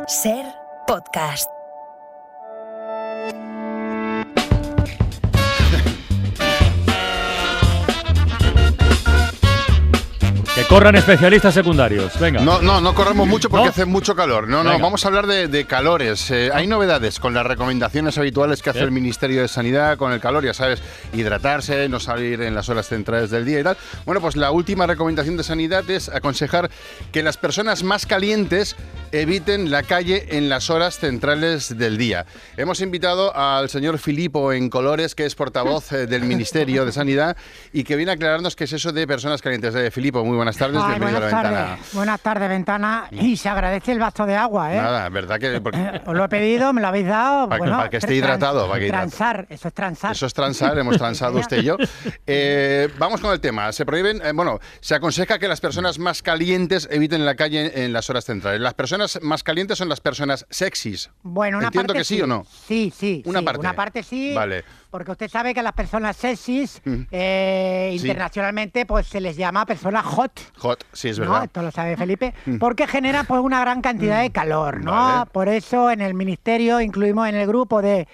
Ser Podcast. Que corran especialistas secundarios, venga. No corremos mucho porque ¿No? hace mucho calor. No, vamos a hablar de calores. Hay novedades con las recomendaciones habituales que hace el Ministerio de Sanidad con el calor, ya sabes, hidratarse, no salir en las horas centrales del día y tal. Bueno, pues la última recomendación de Sanidad es aconsejar que las personas más calientes eviten la calle en las horas centrales del día. Hemos invitado al señor Filippo en Colores, que es portavoz del Ministerio de Sanidad y que viene a aclararnos qué es eso de personas calientes. Filippo, muy buenas tardes, bienvenido a La Ventana. Buenas tardes, Ventana. Y se agradece el vaso de agua, ¿eh? Nada, ¿verdad que...? Os lo he pedido, me lo habéis dado. Para que esté hidratado. Transar, eso es transar. Eso es transar, hemos transado usted y yo. Vamos con el tema. Se prohíben, se aconseja que las personas más calientes eviten la calle en las horas centrales. Las personas más calientes son las personas sexys. Bueno, una Entiendo parte que sí o no. Sí. Una parte sí. Vale. Porque usted sabe que a las personas sexys, internacionalmente, pues se les llama personas hot. Hot, sí, es ¿no? verdad. Esto lo sabe Felipe. Porque genera pues una gran cantidad de calor, ¿no? Vale. Por eso en el Ministerio incluimos en el grupo de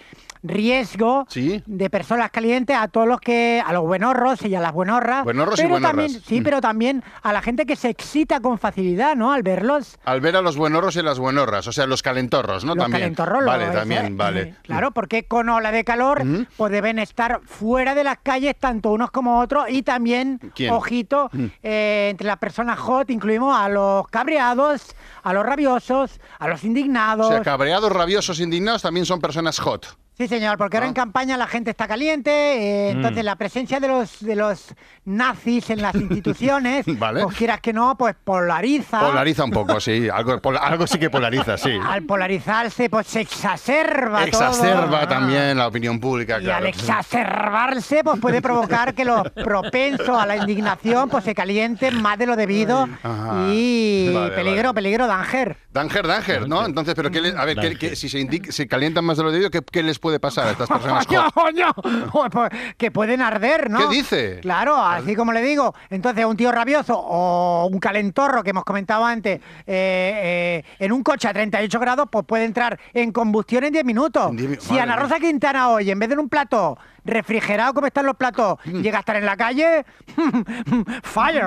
riesgo Sí. de personas calientes a todos a los buenorros y a las buenorras. Buenorros y pero buenorras. también, pero también a la gente que se excita con facilidad, ¿no? Al verlos. Al ver a los buenorros y las buenorras, o sea, los calentorros, ¿no? Los También. calentorros, Vale, eso, también, vale. Claro, porque con ola de calor, pues deben estar fuera de las calles, tanto unos como otros, y también, ¿Quién? ojito, entre las personas hot incluimos a los cabreados, a los rabiosos, a los indignados. O sea, cabreados, rabiosos, indignados también son personas hot. Sí, señor, porque ahora en campaña la gente está caliente, entonces la presencia de los nazis en las instituciones, Vale. pues quieras que no, pues polariza. Polariza un poco, sí. Algo sí que polariza, sí. Al polarizarse, pues se exacerba Exacerba todo. también la opinión pública, Y claro. al exacerbarse, pues puede provocar que los propensos a la indignación pues se calienten más de lo debido. Ajá. Y Vale, peligro, Danger. Danger, ¿no? Entonces, pero si se calientan más de lo debido, ¿qué les puede pasar a estas personas hot? ¡Coño! Pues, que pueden arder, ¿no? ¿Qué dice? Claro, así como le digo. Entonces, un tío rabioso o un calentorro que hemos comentado antes, en un coche a 38 grados, pues puede entrar en combustión en 10 minutos. Si Ana Rosa Quintana hoy, en vez de en un plató refrigerado como están los platos, llega a estar en la calle, fire.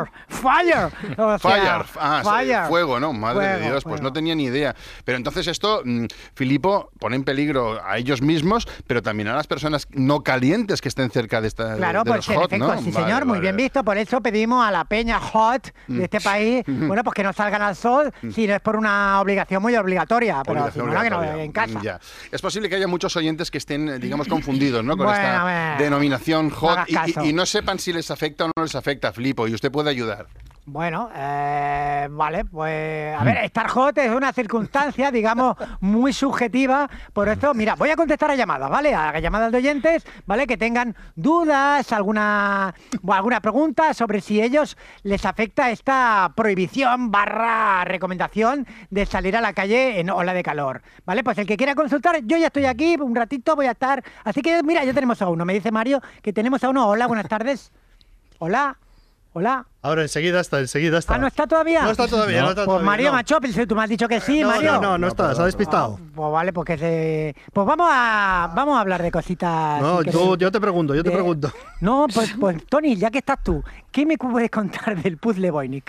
O sea, fire. Fuego, ¿no? Madre de Dios, pues fuego. no tenía ni idea. Pero entonces esto, Filippo, pone en peligro a ellos mismos, pero también a las personas no calientes que estén cerca de esta Claro, de pues los en hot, efecto, ¿no? sí Vale, señor, muy vale. bien visto. Por eso pedimos a la peña hot de este país, bueno, pues que no salgan al sol, si no es por una obligación muy obligatoria, pero Obligación si no, que no obligatoria. en casa. Ya. Es posible que haya muchos oyentes que estén, digamos, confundidos, ¿no? Con Bueno, esta a ver, denominación no hot hagas caso. y no sepan si les afecta o no les afecta, Filippo, y usted puede ayudar. Bueno, vale, pues a ver, estar hot es una circunstancia, digamos, muy subjetiva. Por esto, mira, voy a contestar a llamadas, ¿vale? A llamadas de oyentes, ¿vale? Que tengan dudas, alguna pregunta sobre si ellos les afecta esta prohibición / recomendación de salir a la calle en ola de calor, ¿vale? Pues el que quiera consultar, yo ya estoy aquí, un ratito voy a estar. Así que, mira, ya tenemos a uno. Me dice Mario que tenemos a uno. Hola, buenas tardes. Hola. Ahora, enseguida está. Ah, ¿no está todavía? No está todavía, no está Pues todavía, Mario no. Macho, tú me has dicho que sí, Mario. No está, se ha despistado. Pues vale, pues pues vamos a hablar de cositas. No, si yo queréis. te pregunto. No, pues Tony, ya que estás tú, ¿qué me puedes contar del puzzle Voynich?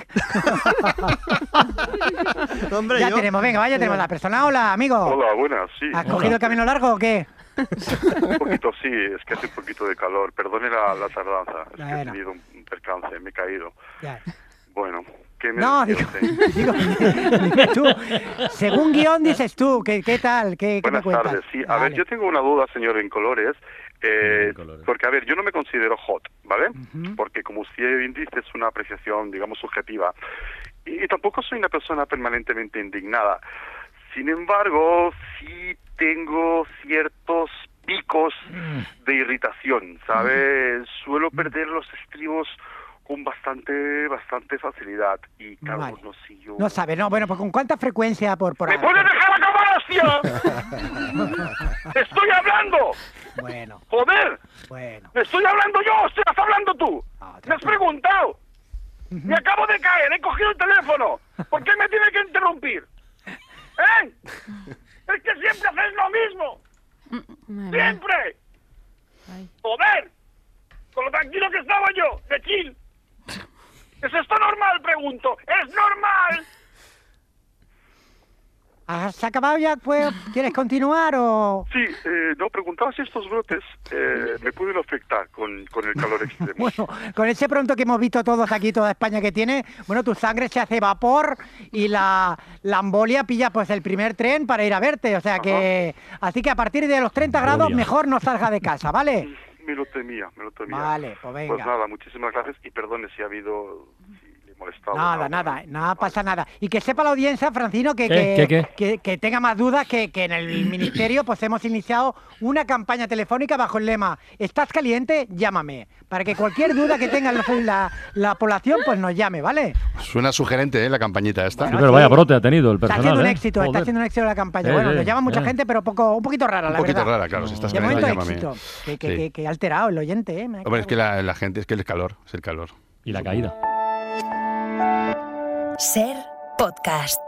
Hombre, ya tenemos la persona. Hola, amigo. Hola, buenas, sí. ¿Has cogido el camino largo o qué? Un poquito, sí, es que hace un poquito de calor. Perdone la tardanza, es que he Bueno. tenido un percance, me he caído. Ya. Bueno, ¿qué me No, decía digo, usted? dime tú. Según guión dices tú, ¿qué tal? ¿Qué me Buenas cuentas? tardes, sí. A Vale. ver, yo tengo una duda, señor en Colores. Colores. Porque, a ver, yo no me considero hot, ¿vale? Porque, como usted bien dice, es una apreciación, digamos, subjetiva. Y tampoco soy una persona permanentemente indignada. Sin embargo, sí tengo ciertos picos de irritación, ¿sabes? Suelo perder los estribos con bastante facilidad. Y, claro, Vale. no sé yo... No sabe, no, bueno, pues ¿con cuánta frecuencia por ¿Me puedes dejar acabar, hostia? ¡Estoy hablando! Bueno, ¡Joder! bueno. ¡Estoy hablando yo! ¡Estás hablando tú! Ah, ¡Me has preguntado! ¡Me acabo de caer! ¡He cogido el teléfono! ¿Por qué me tiene que interrumpir? ¿Eh? ¿Has acabado ya? Pues, ¿quieres continuar o...? Sí, no, preguntaba si estos brotes me pueden afectar con el calor extremo. Bueno, con ese pronto que hemos visto todos aquí, toda España que tiene, bueno, tu sangre se hace vapor y la embolia pilla pues el primer tren para ir a verte, o sea que... Así que a partir de los 30 grados Embolia. mejor no salga de casa, ¿vale? Me lo temía. Vale, pues venga. Pues nada, muchísimas gracias y perdone si le he molestado. Nada pasa nada. Y que sepa la audiencia, Francino, que tenga más dudas que en el Ministerio pues hemos iniciado una campaña telefónica bajo el lema ¿Estás caliente? Llámame. Para que cualquier duda que tenga la población pues nos llame, ¿vale? Suena sugerente, la campañita esta. Sí, pero vaya brote ha tenido el Está personal. haciendo un ¿eh? éxito, está Joder. haciendo un éxito la campaña. Bueno, nos llama mucha gente, pero un poquito rara, la Un poquito verdad. rara, claro. Si estás De caliente, momento llámame. éxito. Que ha alterado el oyente, ¿eh? Hombre, es que la gente, es que el calor, es el calor. Y la caída. Ser podcast.